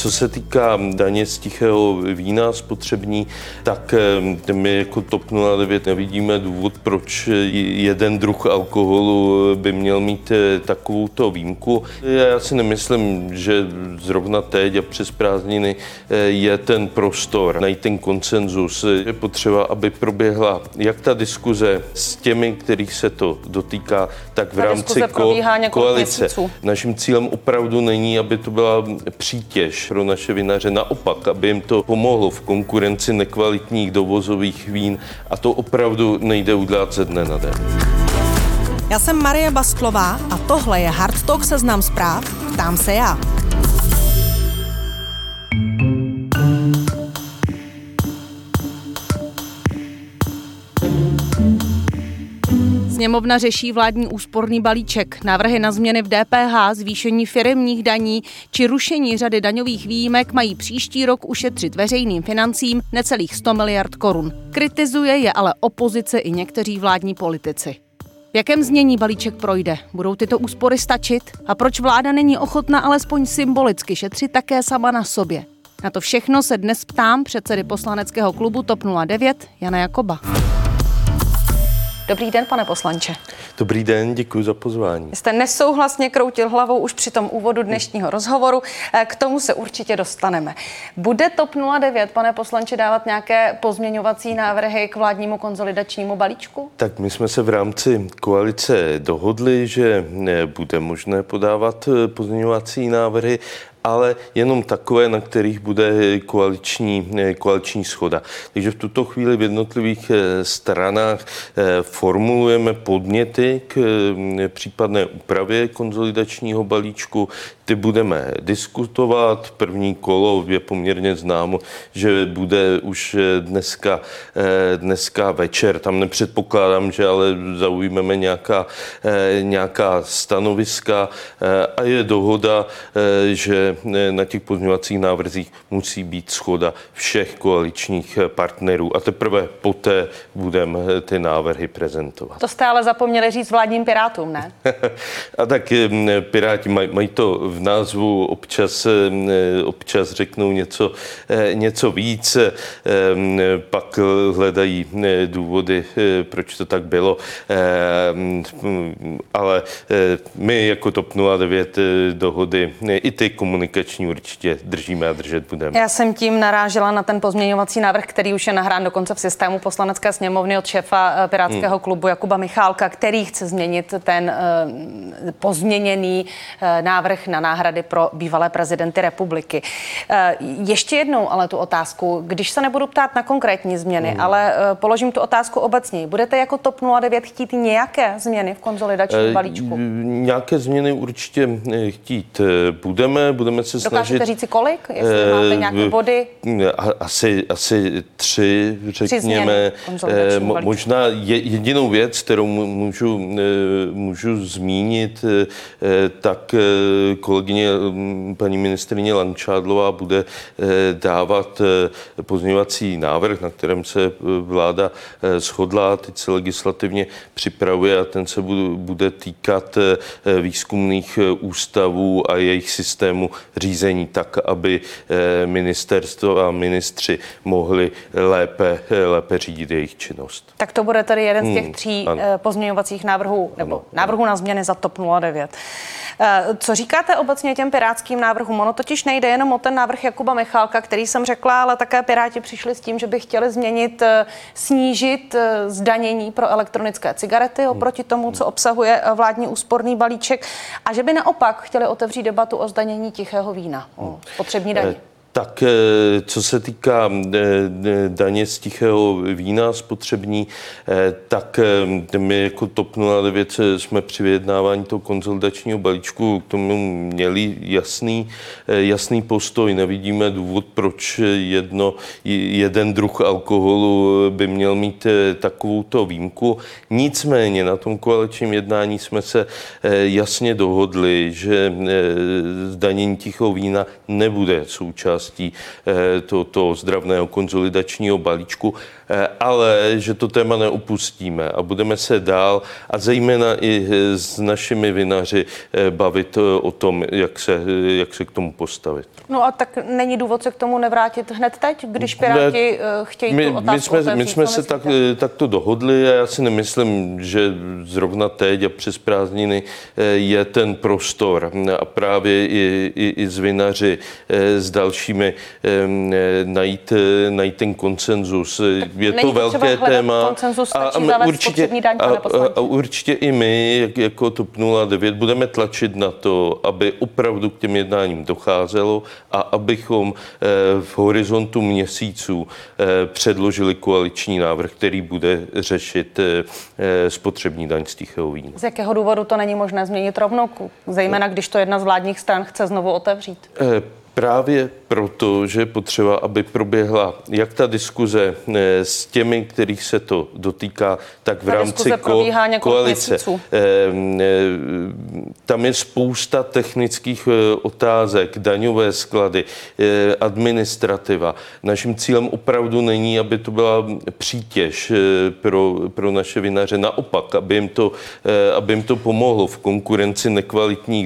Co se týká daně z tichého vína spotřební, tak my jako TOP 09 nevidíme důvod, proč jeden druh alkoholu by měl mít takovouto výjimku. Já si nemyslím, že zrovna teď a přes prázdniny je ten prostor najít ten konsenzus. Je potřeba, aby proběhla jak ta diskuze s těmi, kterých se to dotýká, tak v rámci koalice. Naším cílem opravdu není, aby to byla přítěž pro naše vinaře, naopak, aby jim to pomohlo v konkurenci nekvalitních dovozových vín, a to opravdu nejde udělat ze dne na den. Já jsem Marie Bastlová a tohle je Hard Talk, seznam zpráv. Ptám se já. Sněmovna řeší vládní úsporný balíček. Návrhy na změny v DPH, zvýšení firemních daní či rušení řady daňových výjimek mají příští rok ušetřit veřejným financím necelých 100 miliard korun. Kritizuje je ale opozice i někteří vládní politici. V jakém znění balíček projde? Budou tyto úspory stačit? A proč vláda není ochotna alespoň symbolicky šetřit také sama na sobě? Na to všechno se dnes ptám předsedy poslaneckého klubu TOP 09 Jana Jakoba. Dobrý den, pane poslanče. Dobrý den, děkuji za pozvání. Jste nesouhlasně kroutil hlavou už při tom úvodu dnešního rozhovoru, k tomu se určitě dostaneme. Bude TOP 09, pane poslanče, dávat nějaké pozměňovací návrhy k vládnímu konsolidačnímu balíčku? Tak my jsme se v rámci koalice dohodli, že bude možné podávat pozměňovací návrhy, ale jenom takové, na kterých bude koaliční shoda. Takže v tuto chvíli v jednotlivých stranách formulujeme podněty k případné úpravě konsolidačního balíčku. Ty budeme diskutovat. První kolo je poměrně známo, že bude už dneska večer. Tam nepředpokládám, že ale zaujmeme nějaká stanoviska a je dohoda, že na těch pozměňovacích návrzích musí být shoda všech koaličních partnerů a teprve poté budeme ty návrhy prezentovat. To jste ale zapomněli říct vládním Pirátům, ne? A tak Piráti mají to v názvu, občas řeknou něco víc, pak hledají důvody, proč to tak bylo, ale my jako TOP 09 dohody i ty komunikační určitě držíme a držet budeme. Já jsem tím narážela na ten pozměňovací návrh, který už je nahrán dokonce v systému Poslanecké sněmovny od šéfa pirátského klubu Jakuba Michálka, který chce změnit ten pozměněný návrh na náhrady pro bývalé prezidenty republiky. Ještě jednou ale tu otázku, když se nebudu ptát na konkrétní změny, ale položím tu otázku obecně. Budete jako TOP 09 chtít nějaké změny v konsolidačním balíčku? Nějaké změny určitě chtít budeme se snažit. Dokážete říci kolik? Jestli máte nějaké body? Asi 3, řekněme. Možná jedinou věc, kterou můžu zmínit, tak kolegyně paní ministryně Langšádlová bude dávat pozměňovací návrh, na kterém se vláda shodla, teď se legislativně připravuje a ten se bude týkat výzkumných ústavů a jejich systému řízení tak, aby ministerstvo a ministři mohli lépe řídit jejich činnost. Tak to bude tady jeden z těch 3 pozměňovacích návrhů, nebo návrhů na změny za TOP 09. Co říkáte obecně těm pirátským návrhům? Ono totiž nejde jenom o ten návrh Jakuba Michálka, který jsem řekla, ale také Piráti přišli s tím, že by chtěli snížit zdanění pro elektronické cigarety oproti tomu, co obsahuje vládní úsporný balíček, a že by naopak chtěli otevřít debatu o zdanění tichého vína, o spotřební daní. Tak co se týká daně z tichého vína spotřební, tak my jako TOP 09 jsme při vyjednávání toho konsolidačního balíčku k tomu měli jasný postoj. Nevidíme důvod, proč jeden druh alkoholu by měl mít takovouto výjimku. Nicméně na tom koaličním jednání jsme se jasně dohodli, že zdanění tichého vína nebude součástí toho zdravného konsolidačního balíčku. ale že to téma neopustíme a budeme se dál a zejména i s našimi vinaři bavit o tom, jak se k tomu postavit. No a tak není důvod se k tomu nevrátit hned teď, když Piráti chtějí tu otázku otevřít? My jsme se takto dohodli a já si nemyslím, že zrovna teď a přes prázdniny je ten prostor a právě i s vinaři, s dalšími najít ten konsenzus. Je to velké téma a určitě i my, jako TOP 09, budeme tlačit na to, aby opravdu k těm jednáním docházelo a abychom v horizontu měsíců předložili koaliční návrh, který bude řešit spotřební daň z tichého vína. Z jakého důvodu to není možné změnit rovnou, zejména když to jedna z vládních stran chce znovu otevřít? Právě proto, že je potřeba, aby proběhla jak ta diskuze s těmi, kterých se to dotýká, tak v rámci koalice. Tam je spousta technických otázek, daňové sklady, administrativa. Naším cílem opravdu není, aby to byla přítěž pro naše vinaře. Naopak, aby jim to pomohlo v konkurenci nekvalitních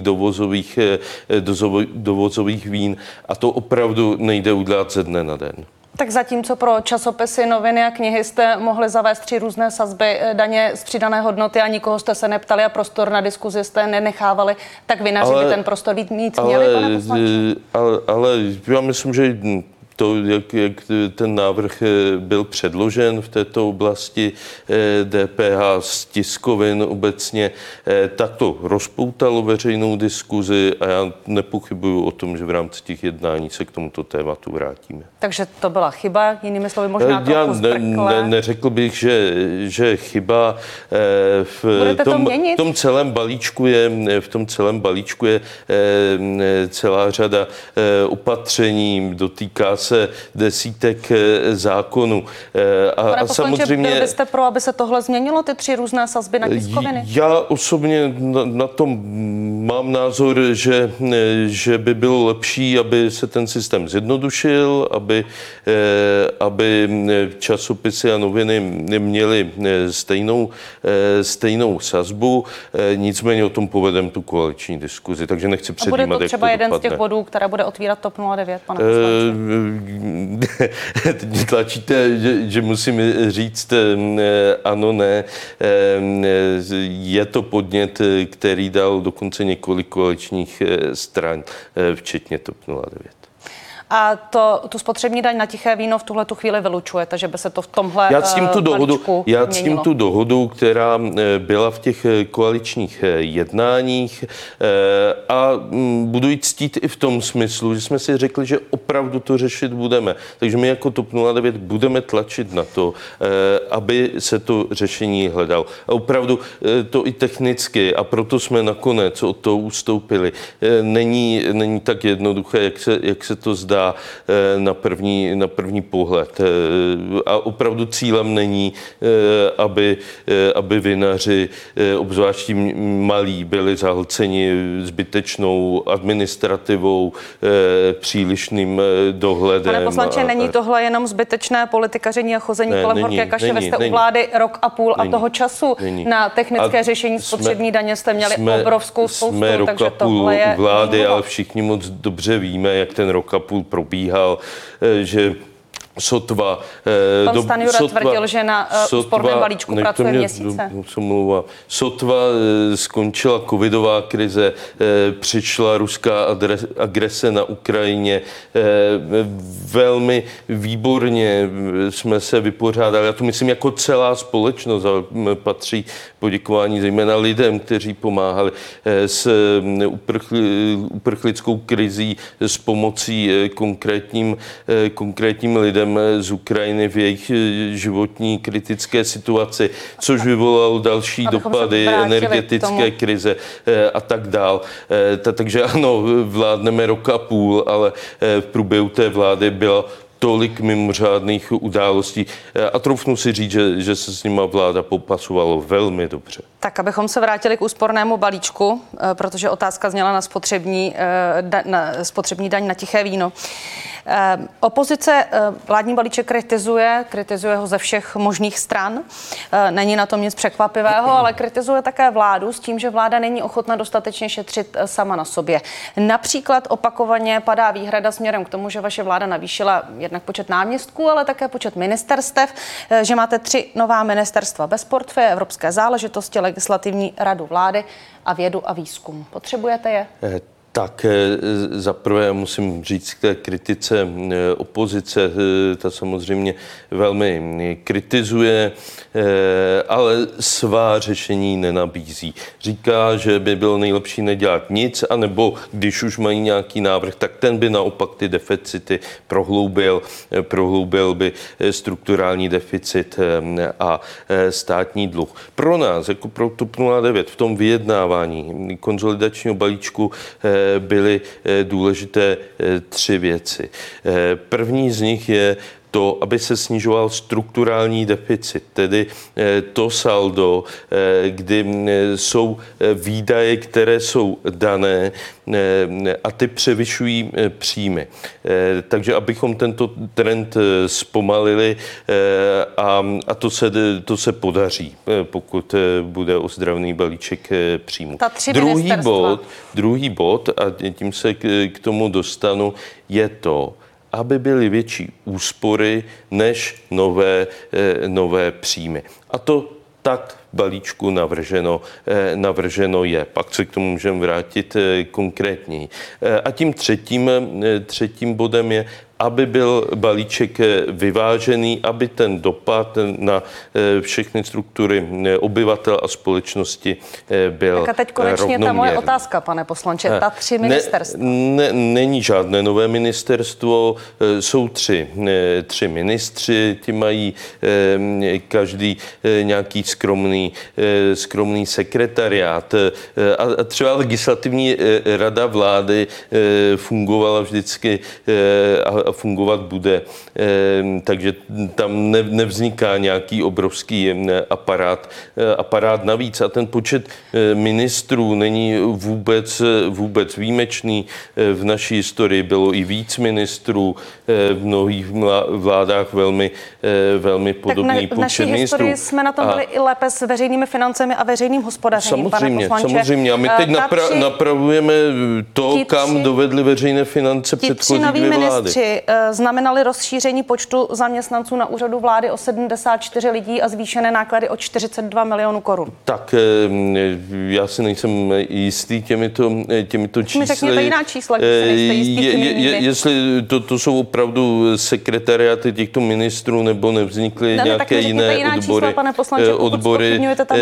dovozových vín. A to opravdu nejde udělat ze dne na den. Tak zatímco pro časopisy, noviny a knihy jste mohli zavést 3 různé sazby daně z přidané hodnoty a nikoho jste se neptali a prostor na diskuzi jste nenechávali, tak vinaři by ten prostor mít měli, pane poslanče? Ale já myslím, že to, jak ten návrh byl předložen v této oblasti DPH z tiskovin obecně, tak to rozpoutalo veřejnou diskuzi a já nepochybuju o tom, že v rámci těch jednání se k tomuto tématu vrátíme. Takže to byla chyba, jinými slovy možná trochu zbrklé. Neřekl bych, že chyba. V tom celém balíčku je celá řada opatření, dotýká se desítek zákonů. Pane poslanče, byl byste pro, aby se tohle změnilo, ty 3 různé sazby na tiskoviny? Já osobně na tom mám názor, že by bylo lepší, aby se ten systém zjednodušil, aby časopisy a noviny měly stejnou sazbu. Nicméně o tom povedeme tu koaliční diskuzi, takže nechci předjímat, jak to dopadne. Bude to třeba jeden z těch bodů, které bude otvírat TOP 09, pane poslanče? Teď tlačíte, že musím říct ano, ne. Je to podnět, který dal dokonce několik koaličních stran, včetně TOP 09. A tu spotřební daň na tiché víno v tuhletu chvíli vylučujete, že by se to v tomhle Já ctím tu dohodu, která byla v těch koaličních jednáních a budu ji ctít i v tom smyslu, že jsme si řekli, že opravdu to řešit budeme. Takže my jako TOP 09 budeme tlačit na to, aby se to řešení hledalo. A opravdu to i technicky, a proto jsme nakonec od toho ustoupili, není tak jednoduché, jak se to zdá na první pohled. A opravdu cílem není, aby vinaři, obzvlášť malí, byli zahlceni zbytečnou administrativou, přílišným dohledem. Pane poslanče, není tohle jenom zbytečné politikaření a chození kolem horké kaše? Vy jste u vlády rok a půl a toho času na technické řešení spotřební daně jste měli obrovskou spoustu. Jsme rok a půl u vlády, ale všichni moc dobře víme, jak ten rok a půl probíhal, že sotva... Pan Stanjura tvrdil, že na úsporném balíčku pracuje měsíce. Sotva skončila covidová krize, přišla ruská agrese na Ukrajině. Velmi výborně jsme se vypořádali. Já to myslím jako celá společnost, ale patří poděkování zejména lidem, kteří pomáhali s uprchlickou krizí, s pomocí konkrétním lidem z Ukrajiny v jejich životní kritické situaci, což vyvolalo další dopady energetické krize a tak dál. Takže ano, vládneme rok a půl, ale v průběhu té vlády byla tolik mimořádných událostí a troufnu si říct, že se s nima vláda popasovala velmi dobře. Tak, abychom se vrátili k úspornému balíčku, protože otázka zněla na spotřební daň na tiché víno. Opozice vládní balíček kritizuje ho ze všech možných stran. Není na tom nic překvapivého, ale kritizuje také vládu s tím, že vláda není ochotna dostatečně šetřit sama na sobě. Například opakovaně padá výhrada směrem k tomu, že vaše vláda navýšila jednak počet náměstků, ale také počet ministerstev, že máte 3 nová ministerstva bez portfeje, evropské záležitosti, legislativní radu vlády a vědu a výzkum. Potřebujete je? Tak zaprvé musím říct k té kritice opozice, ta samozřejmě velmi kritizuje, ale svá řešení nenabízí. Říká, že by bylo nejlepší nedělat nic, anebo když už mají nějaký návrh, tak ten by naopak ty deficity prohloubil by strukturální deficit a státní dluh. Pro nás, jako pro TOP 09, v tom vyjednávání konsolidačního balíčku byly důležité 3 věci. První z nich je to, aby se snižoval strukturální deficit, tedy to saldo, kdy jsou výdaje, které jsou dané a ty převyšují příjmy. Takže abychom tento trend zpomalili a to se podaří, pokud bude ozdravný balíček příjmů. Druhý bod, a tím se k tomu dostanu, je to, aby byly větší úspory než nové příjmy. A to tak v balíčku navrženo je. Pak se k tomu můžeme vrátit konkrétněji. A tím třetím bodem je, aby byl balíček vyvážený, aby ten dopad na všechny struktury obyvatel a společnosti byl rovnoměrný. Tak a teď konečně ta moje otázka, pane poslanče, ta 3 ministerstva. Není žádné nové ministerstvo, jsou 3 ministři, ti mají každý nějaký skromný sekretariát. A třeba legislativní rada vlády fungovala vždycky a fungovat bude. Takže tam nevzniká nějaký obrovský aparát navíc. A ten počet ministrů není vůbec výjimečný. V naší historii bylo i víc ministrů, v mnohých vládách velmi podobný počet ministrů. V naší historii jsme na tom byli i lépe s veřejnými financemi a veřejným hospodařením, pane poslanče. Samozřejmě. A my teď napravujeme to, kam dovedly veřejné finance předchozí 2 vlády. Znamenaly rozšíření počtu zaměstnanců na úřadu vlády o 74 lidí a zvýšené náklady o 42 milionů korun. Tak já si nejsem jistý těmito čísly. Mi řekněte jiná čísla, když se nejste jistý jestli to jsou opravdu sekretariáty těchto ministrů nebo nevznikly nějaké jiné odbory, čísla, pane poslanče, odbory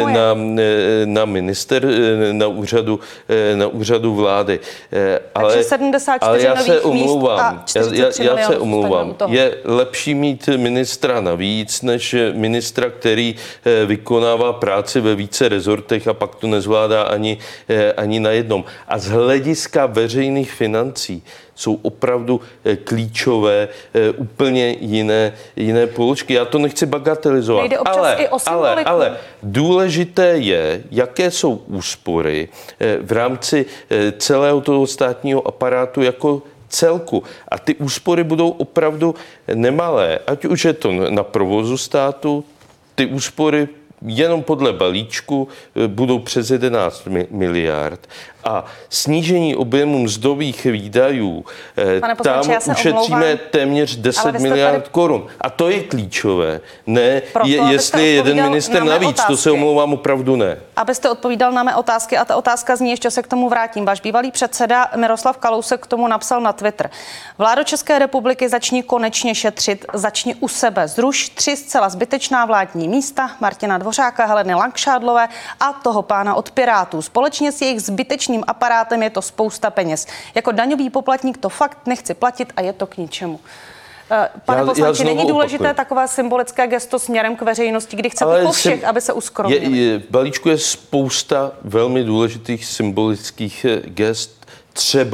na úřadu vlády. Takže 74 nových míst a 43 já se omlouvám. Je lepší mít ministra navíc, než ministra, který vykonává práci ve více rezortech a pak to nezvládá ani na jednom. A z hlediska veřejných financí jsou opravdu klíčové, úplně jiné položky. Já to nechci bagatelizovat. Nejde občas i o symboliku. Ale důležité je, jaké jsou úspory v rámci celého toho státního aparátu jako celku. A ty úspory budou opravdu nemalé. Ať už je to na provozu státu, ty úspory jenom podle balíčku budou přes 11 miliard. A snížení objemu mzdových výdajů, tam ušetříme téměř 10 miliard korun. A to je klíčové. Ne, jestli je jeden minister navíc, to se omlouvám, opravdu ne. Abyste odpovídal na mé otázky a ta otázka zní, ještě se k tomu vrátím. Váš bývalý předseda Miroslav Kalousek k tomu napsal na Twitter. Vládo České republiky, začni konečně šetřit, začni u sebe. Zruš 3 zcela zbytečná vládní místa, Martina Dvořáka, Heleny Langšádlové a toho pána od Pirátů. Společně s jejich zbytečným aparátem je to spousta peněz. Jako daňový poplatník to fakt nechci platit a je to k ničemu. Pane poslanče, není důležité takové symbolické gesto směrem k veřejnosti, kdy chcete po všech, aby se uskromnili? V balíčku je spousta velmi důležitých symbolických gest, třeba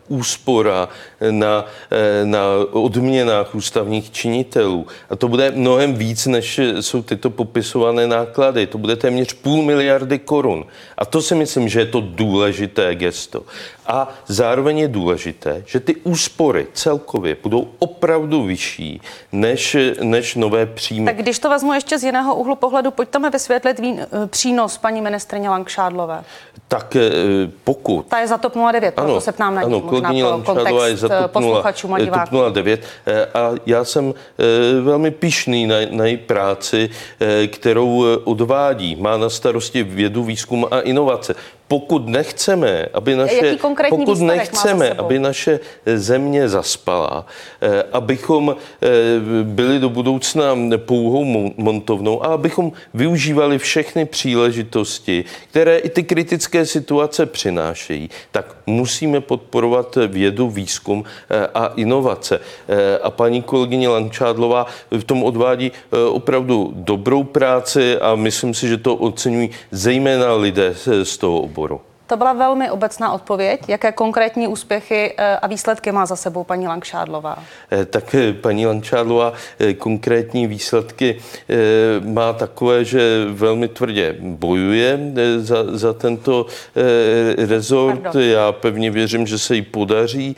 úspora na odměnách ústavních činitelů. A to bude mnohem víc, než jsou tyto popisované náklady. To bude téměř 500 miliardy korun. A to si myslím, že je to důležité gesto. A zároveň je důležité, že ty úspory celkově budou opravdu vyšší než nové příjmy. Tak když to vezmu ještě z jiného úhlu pohledu, pojďte mi vysvětlit přínos paní ministryně Langšádlové. Tak pokud... Ta je za TOP 09, proto se ptám na ní, možná pro kontext posluchačům a diváků. TOP 09 a já jsem velmi pyšný na její práci, kterou odvádí. Má na starosti vědu, výzkum a inovace. Pokud nechceme, aby naše země zaspala, abychom byli do budoucna pouhou montovnou a abychom využívali všechny příležitosti, které i ty kritické situace přinášejí, tak musíme podporovat vědu, výzkum a inovace. A paní kolegyně Langšádlová v tom odvádí opravdu dobrou práci a myslím si, že to oceňují zejména lidé z toho oboru. To byla velmi obecná odpověď. Jaké konkrétní úspěchy a výsledky má za sebou paní Langšádlová? Tak paní Langšádlová konkrétní výsledky má takové, že velmi tvrdě bojuje za tento rezort. Pardon. Já pevně věřím, že se jí podaří,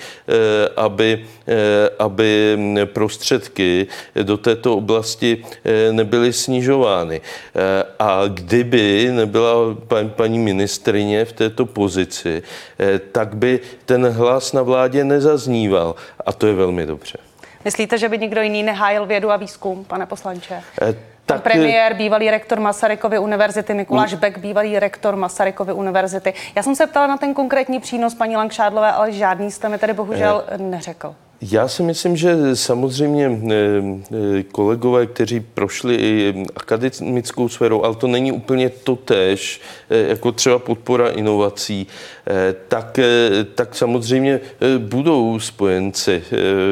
aby prostředky do této oblasti nebyly snižovány. A kdyby nebyla paní ministryně v této pozici, tak by ten hlas na vládě nezazníval. A to je velmi dobře. Myslíte, že by nikdo jiný nehájil vědu a výzkum, pane poslanče? Pan premiér, bývalý rektor Masarykovy univerzity, Mikuláš Bek, bývalý rektor Masarykovy univerzity. Já jsem se ptala na ten konkrétní přínos paní Langšádlové, ale žádný jste mi tady bohužel neřekl. Já si myslím, že samozřejmě kolegové, kteří prošli i akademickou sférou, ale to není úplně totéž, jako třeba podpora inovací, tak samozřejmě budou spojenci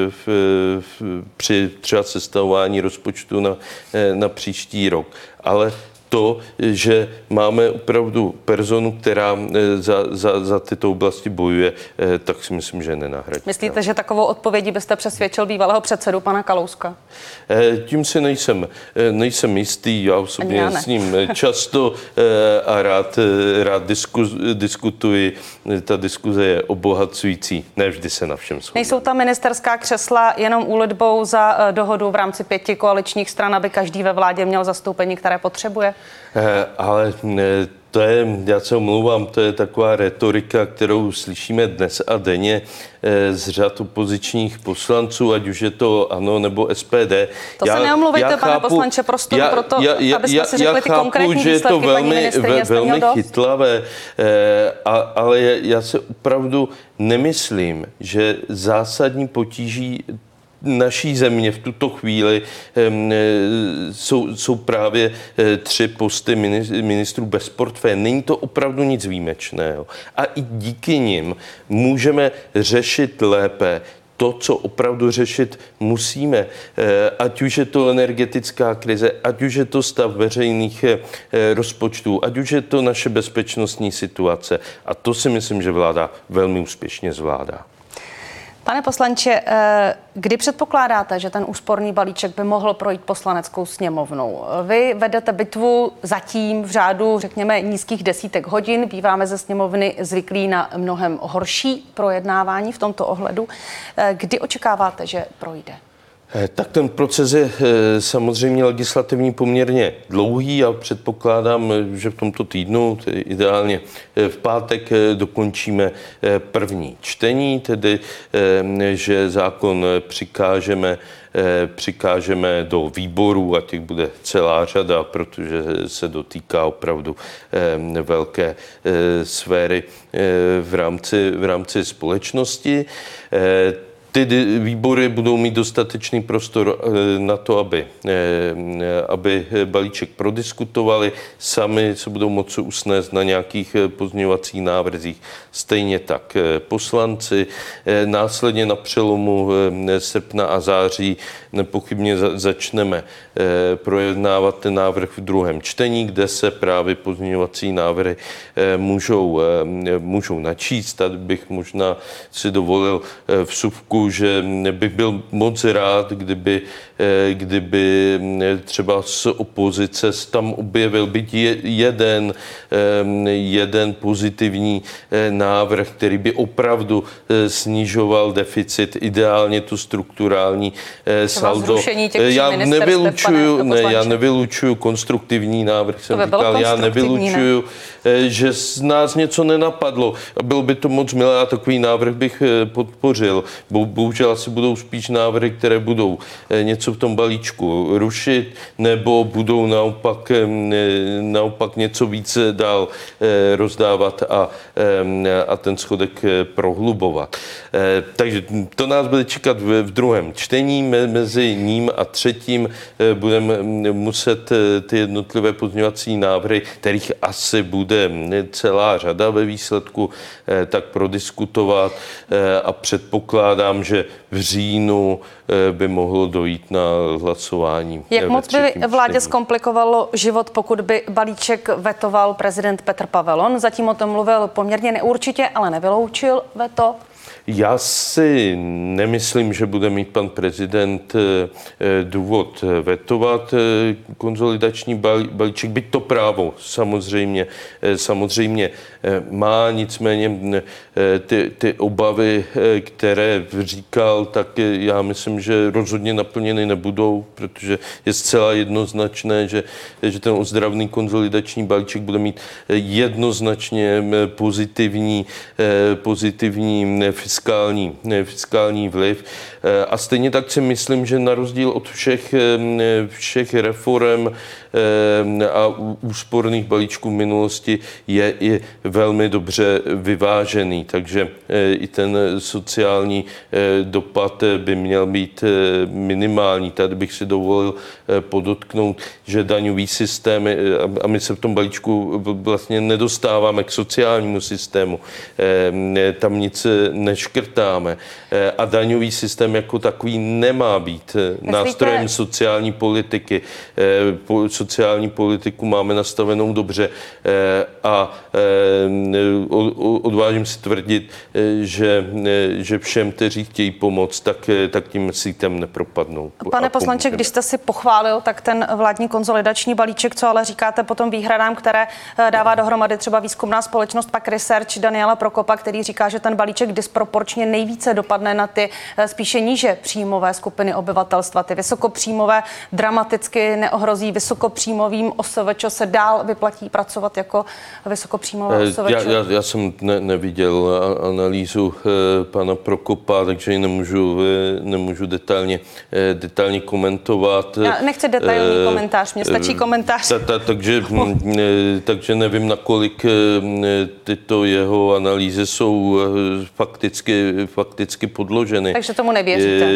při třeba sestavování rozpočtu na příští rok. Ale to, že máme opravdu personu, která za tyto oblasti bojuje, tak si myslím, že je nenahraditelná. Myslíte, že takovou odpovědí byste přesvědčil bývalého předsedu pana Kalouska? Tím si nejsem jistý. Já osobně s ním často a rád diskutuji. Ta diskuze je obohacující. Ne vždy se na všem shodneme. Nejsou ta ministerská křesla jenom úlitbou za dohodu v rámci 5 koaličních stran, aby každý ve vládě měl zastoupení, které potřebuje? Ale to je, já se omlouvám, to je taková retorika, kterou slyšíme dnes a denně z řad opozičních poslanců, ať už je to ANO nebo SPD. To se neomluvujte, pane poslanče, prostoru proto, abyste si řekli ty konkrétní výsledky, paní ministryně, velmi chytlavé, ale já se opravdu nemyslím, že zásadní potíží naší země v tuto chvíli jsou právě 3 posty ministrů bez portfeje. Není to opravdu nic výjimečného. A i díky nim můžeme řešit lépe to, co opravdu řešit musíme. Ať už je to energetická krize, ať už je to stav veřejných rozpočtů, ať už je to naše bezpečnostní situace. A to si myslím, že vláda velmi úspěšně zvládá. Pane poslanče, kdy předpokládáte, že ten úsporný balíček by mohl projít Poslaneckou sněmovnou? Vy vedete bitvu zatím v řádu, řekněme, nízkých desítek hodin. Býváme ze sněmovny zvyklí na mnohem horší projednávání v tomto ohledu. Kdy očekáváte, že projde? Tak ten proces je samozřejmě legislativní poměrně dlouhý a předpokládám, že v tomto týdnu, tedy ideálně v pátek, dokončíme první čtení, tedy že zákon přikážeme do výborů a těch bude celá řada, protože se dotýká opravdu velké sféry v rámci společnosti. ty výbory budou mít dostatečný prostor na to, aby balíček prodiskutovali, sami se budou moci usnést na nějakých pozměňovacích návrzích. Stejně tak poslanci. Následně na přelomu srpna a září nepochybně začneme projednávat ten návrh v druhém čtení, kde se právě pozměňovací návrhy můžou načíst. Tady bych možná si dovolil vsuvku, že bych byl moc rád, kdyby třeba z opozice tam objevil byť jeden pozitivní návrh, který by opravdu snižoval deficit, ideálně to strukturální saldo. Já nevylučuju konstruktivní návrh, jsem říkal, já nevylučuju, že z nás něco nenapadlo. Bylo by to moc milé a takový návrh bych podpořil. Bohužel asi budou spíš návrhy, které budou něco v tom balíčku rušit, nebo budou naopak něco více dál rozdávat a ten schodek prohlubovat. Takže to nás bude čekat v druhém čtení. Mezi ním a třetím budeme muset ty jednotlivé pozměňovací návrhy, kterých asi bude celá řada ve výsledku, tak prodiskutovat a předpokládám, že v říjnu by mohlo dojít na hlasování. Jak moc by vládě zkomplikovalo život, pokud by balíček vetoval prezident Petr Pavel? On zatím o tom mluvil poměrně neurčitě, ale nevyloučil veto. Já si nemyslím, že bude mít pan prezident důvod vetovat konsolidační balíček, byť to právo samozřejmě má, nicméně ty obavy, které říkal, tak já myslím, že rozhodně naplněny nebudou, protože je zcela jednoznačné, že ten ozdravný konsolidační balíček bude mít jednoznačně pozitivní fiskální vliv. A stejně tak si myslím, že na rozdíl od všech reforem a úsporných balíčků v minulosti je i velmi dobře vyvážený. Takže i ten sociální dopad by měl být minimální. Tady bych si dovolil podotknout, že daňový systém, a my se v tom balíčku vlastně nedostáváme k sociálnímu systému, tam nic neškrtáme. A daňový systém jako takový nemá být nástrojem sociální politiky. Sociální politiku máme nastavenou dobře a odvážím si tvrdit, že všem, kteří chtějí pomoct, tak tím sítem nepropadnou. Pane poslanče, když jste si pochválil, tak ten vládní konsolidační balíček, co ale říkáte potom výhradám, které dává dohromady třeba výzkumná společnost PAQ Research Daniela Prokopa, který říká, že ten balíček disproporčně nejvíce dopadne na ty spíše níže příjmové skupiny obyvatelstva. Ty vysokopříjmové dramaticky neohrozí, vysokopříjmovým OSVČ se dál vyplatí pracovat jako vysokopříjmové OSVČ. Já jsem neviděl analýzu pana Prokopa, takže ji nemůžu detailně komentovat. Já nechci detailní komentář, mně stačí komentář. Takže nevím, nakolik tyto jeho analýzy jsou fakticky podloženy. Takže tomu nevěříte?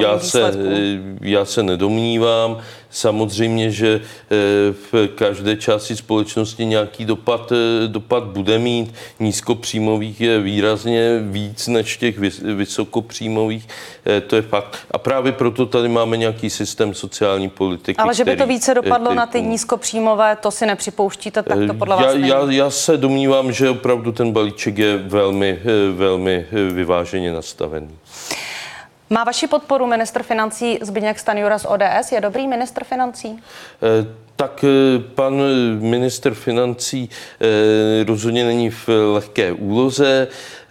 Já se nedomnívám. Samozřejmě, že v každé části společnosti nějaký dopad bude mít. Nízkopříjmových je výrazně víc než těch vysokopříjmových. To je fakt. A právě proto tady máme nějaký systém sociální politiky. Ale že by to více dopadlo na ty nízkopříjmové, to si nepřipouštíte, tak to podle vás není. Já se domnívám, že opravdu ten balíček je velmi vyváženě nastavený. Má vaši podporu ministr financí Zbyněk Stanjura z ODS? Je dobrý ministr financí? Tak pan ministr financí rozhodně není v lehké úloze.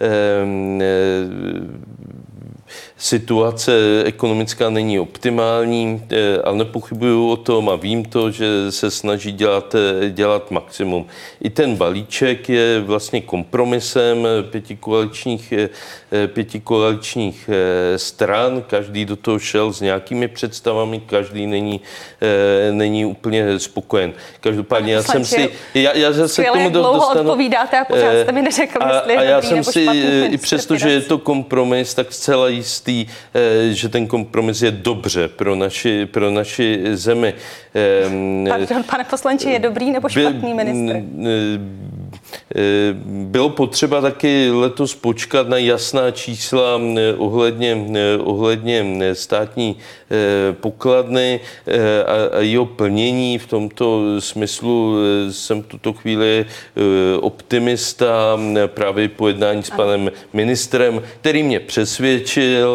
Situace ekonomická není optimální, ale nepochybuju o tom a vím to, že se snaží dělat maximum. I ten balíček je vlastně kompromisem pěti koaličních stran. Každý do toho šel s nějakými představami, každý není úplně spokojen. Každopádně já jsem si... Já se k tomu dlouho odpovídáte a pořád jste mi neřekl, jestli je dobrý nebo špatný. I přesto, že je to kompromis, tak zcela jistý myslí, že ten kompromis je dobře pro naši zemi. Pardon, pane poslanče, je dobrý nebo špatný ministr? Bylo potřeba taky letos počkat na jasná čísla ohledně státní pokladny a jeho plnění. V tomto smyslu jsem v tuto chvíli optimista právě po jednání s panem ministrem, který mě přesvědčil,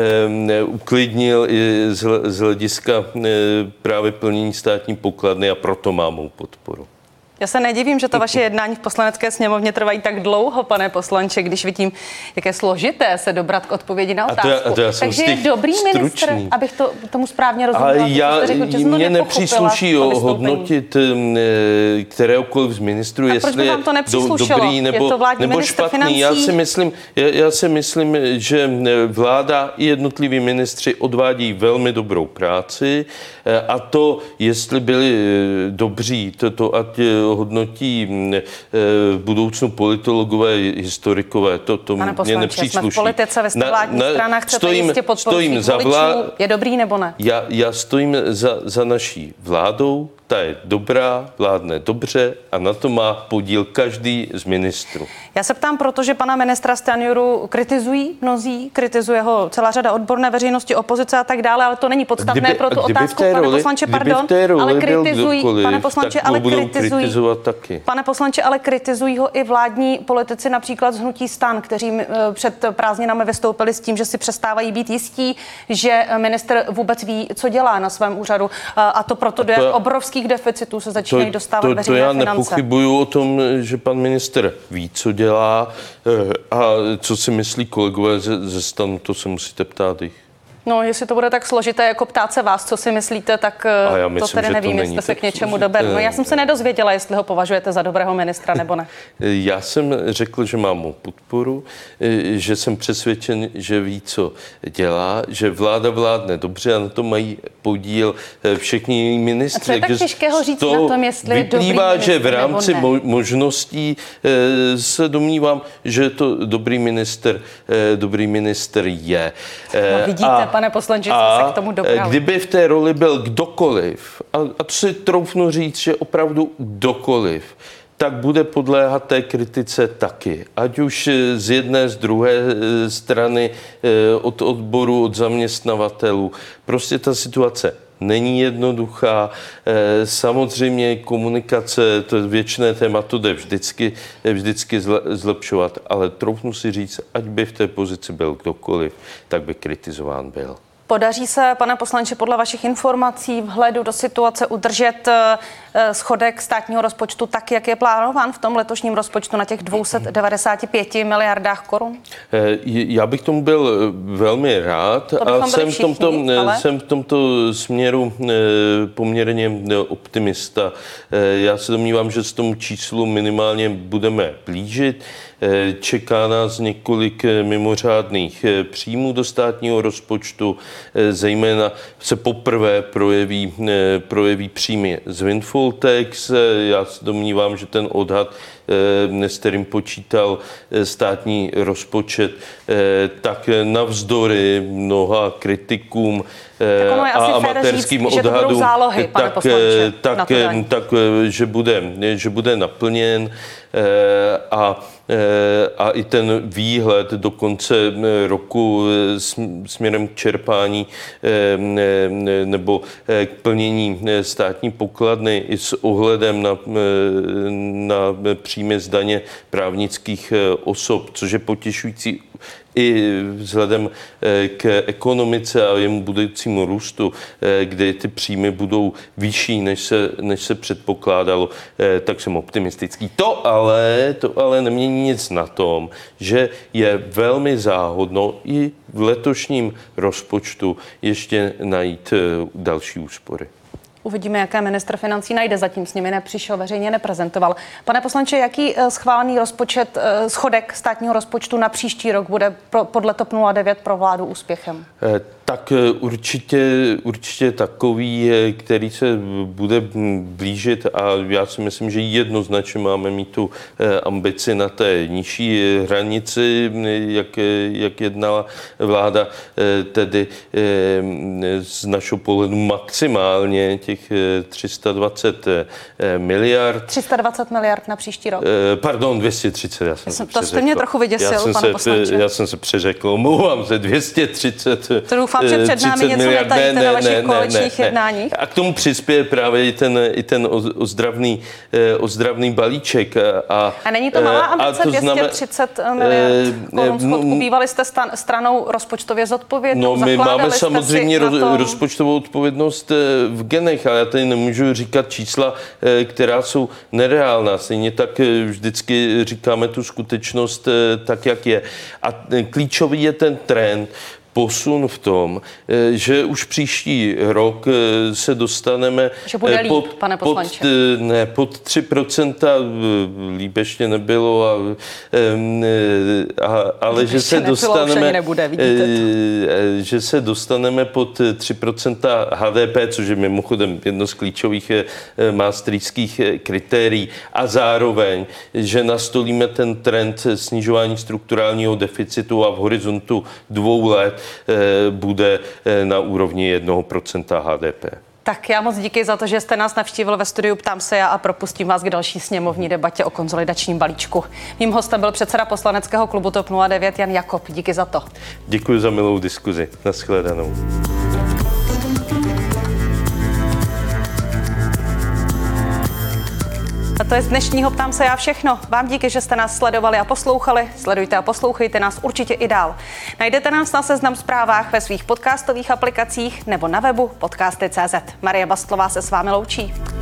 uklidnil i z hlediska právě plnění státní pokladny a proto mám mou podporu. Já se nedivím, že to vaše jednání v Poslanecké sněmovně trvají tak dlouho, pane poslanče, když vidím, jak je složité se dobrat k odpovědi na otázku. Takže je dobrý ministr, abych tomu správně rozuměla. Mně nepřísluší hodnotit kteréhokoliv z ministrů, jestli je dobrý nebo špatný. Já si myslím, že vláda i jednotliví ministři odvádí velmi dobrou práci a to, jestli byli dobří, to ať hodnotí v budoucnu politologové, historikové, to mě nepřísluší. Jsme v politice, vy jste vládní strana, chcete jistě podporu svých voličů. Je dobrý nebo ne? Já stojím za naší vládou, ta je dobrá, vládne dobře a na to má podíl každý z ministrů. Já se ptám, protože pana ministra Stanjuru kritizují mnozí, kritizuje ho celá řada odborné veřejnosti, opozice a tak dále, ale to není podstatné pro tu otázku, pane poslanče, pardon, ale kritizují, pane poslanče, ale kritizují, pane poslanče, ale kritizují ho i vládní politici, například z hnutí STAN, kteří před prázdninami vystoupili s tím, že si přestávají být jistí, že ministr vůbec ví, co dělá na svém úřadu, a to proto do obrovských deficitů se začínají dostávat veřejné finance. To já nepochybuju o tom, že pan ministr ví, co dělá, a co si myslí kolegové ze STANu, to se musíte ptát jich. No, jestli to bude tak složité, jako ptát se vás, co si myslíte, tak to tedy nevím, jestli se k něčemu doberu. No, já jsem se nedozvěděla, jestli ho považujete za dobrého ministra nebo ne. Já jsem řekl, že mám mu podporu, že jsem přesvědčen, že ví, co dělá, že vláda vládne dobře a na to mají podíl všichni ministři. A co je tak těžkého říct na tom, jestli vyplývá, že v rámci možností se domnívám, že to dobrý minister je. No, vidíte, pane poslanče, co se k tomu dobral. Kdyby v té roli byl kdokoliv, a to si troufnu říct, že opravdu kdokoliv, tak bude podléhat té kritice taky. Ať už z jedné, z druhé strany, od odboru, od zaměstnavatelů. Prostě ta situace není jednoduchá. Samozřejmě komunikace, to je věčné téma, to jde vždycky zlepšovat, ale troufnu si říct, ať by v té pozici byl kdokoliv, tak by kritizován byl. Podaří se, pane poslanče, podle vašich informací vhledu do situace udržet schodek státního rozpočtu tak, jak je plánován v tom letošním rozpočtu na těch 295 miliardách korun? Já bych tomu byl velmi rád a jsem v tomto směru poměrně optimista. Já se domnívám, že s tomu číslu minimálně budeme blížit. Čeká nás několik mimořádných příjmů do státního rozpočtu, zejména se poprvé projeví příjmy z windfall tax. Já se domnívám, že ten odhad, s kterým počítal státní rozpočet, tak navzdory mnoha kritikům a amatérským odhadům, že bude naplněn a i ten výhled do konce roku směrem k čerpání nebo k plnění státní pokladny i s ohledem na příjmy z daně právnických osob, což je potěšující i vzhledem k ekonomice a jemu budoucímu růstu, kde ty příjmy budou vyšší, než se předpokládalo, tak jsem optimistický. To ale nemění nic na tom, že je velmi záhodno i v letošním rozpočtu ještě najít další úspory. Uvidíme, jaké ministr financí najde. Zatím s nimi nepřišel, veřejně neprezentoval. Pane poslanče, jaký schválený schodek státního rozpočtu na příští rok bude podle TOP 09 pro vládu úspěchem? Tak určitě takový, který se bude blížit a já si myslím, že jednoznačně máme mít tu ambici na té nižší hranici, jak jednala vláda, tedy z našeho pohledu maximálně těch 320 miliard. 320 miliard na příští rok. Pardon, 230, To jste mě trochu vyděsil, pane poslanče. Já jsem se přeřekl, omlouvám se, 230 To doufám, že před námi něco netajíte na vašich koaličních jednáních. A k tomu přispěje právě i ten ozdravný balíček. A není to malá ambice 230 miliard korun schodku? Bývali jste stranou rozpočtově zodpovědnou? No, my máme samozřejmě rozpočtovou odpovědnost v genech, ale já tady nemůžu říkat čísla, která jsou nereálná. Stejně tak vždycky říkáme tu skutečnost tak, jak je. A klíčový je ten trend, posun v tom, že už příští rok se dostaneme pod 3%, líp ještě nebylo, ale že se dostaneme, že se dostaneme pod 3% HDP, což je mimochodem jedno z klíčových maastrichtských kritérií, a zároveň, že nastolíme ten trend snižování strukturálního deficitu a v horizontu 2 let bude na úrovni 1% HDP. Tak já moc díky za to, že jste nás navštívil ve studiu Ptám se já a propustím vás k další sněmovní debatě o konsolidačním balíčku. Mým hostem byl předseda poslaneckého klubu TOP 09 Jan Jakob. Díky za to. Děkuji za milou diskuzi. Naschledanou. A to je z dnešního Ptám se já všechno. Vám díky, že jste nás sledovali a poslouchali. Sledujte a poslouchejte nás určitě i dál. Najdete nás na Seznam Zprávách, ve svých podcastových aplikacích nebo na webu podcasty.cz. Marie Bastlová se s vámi loučí.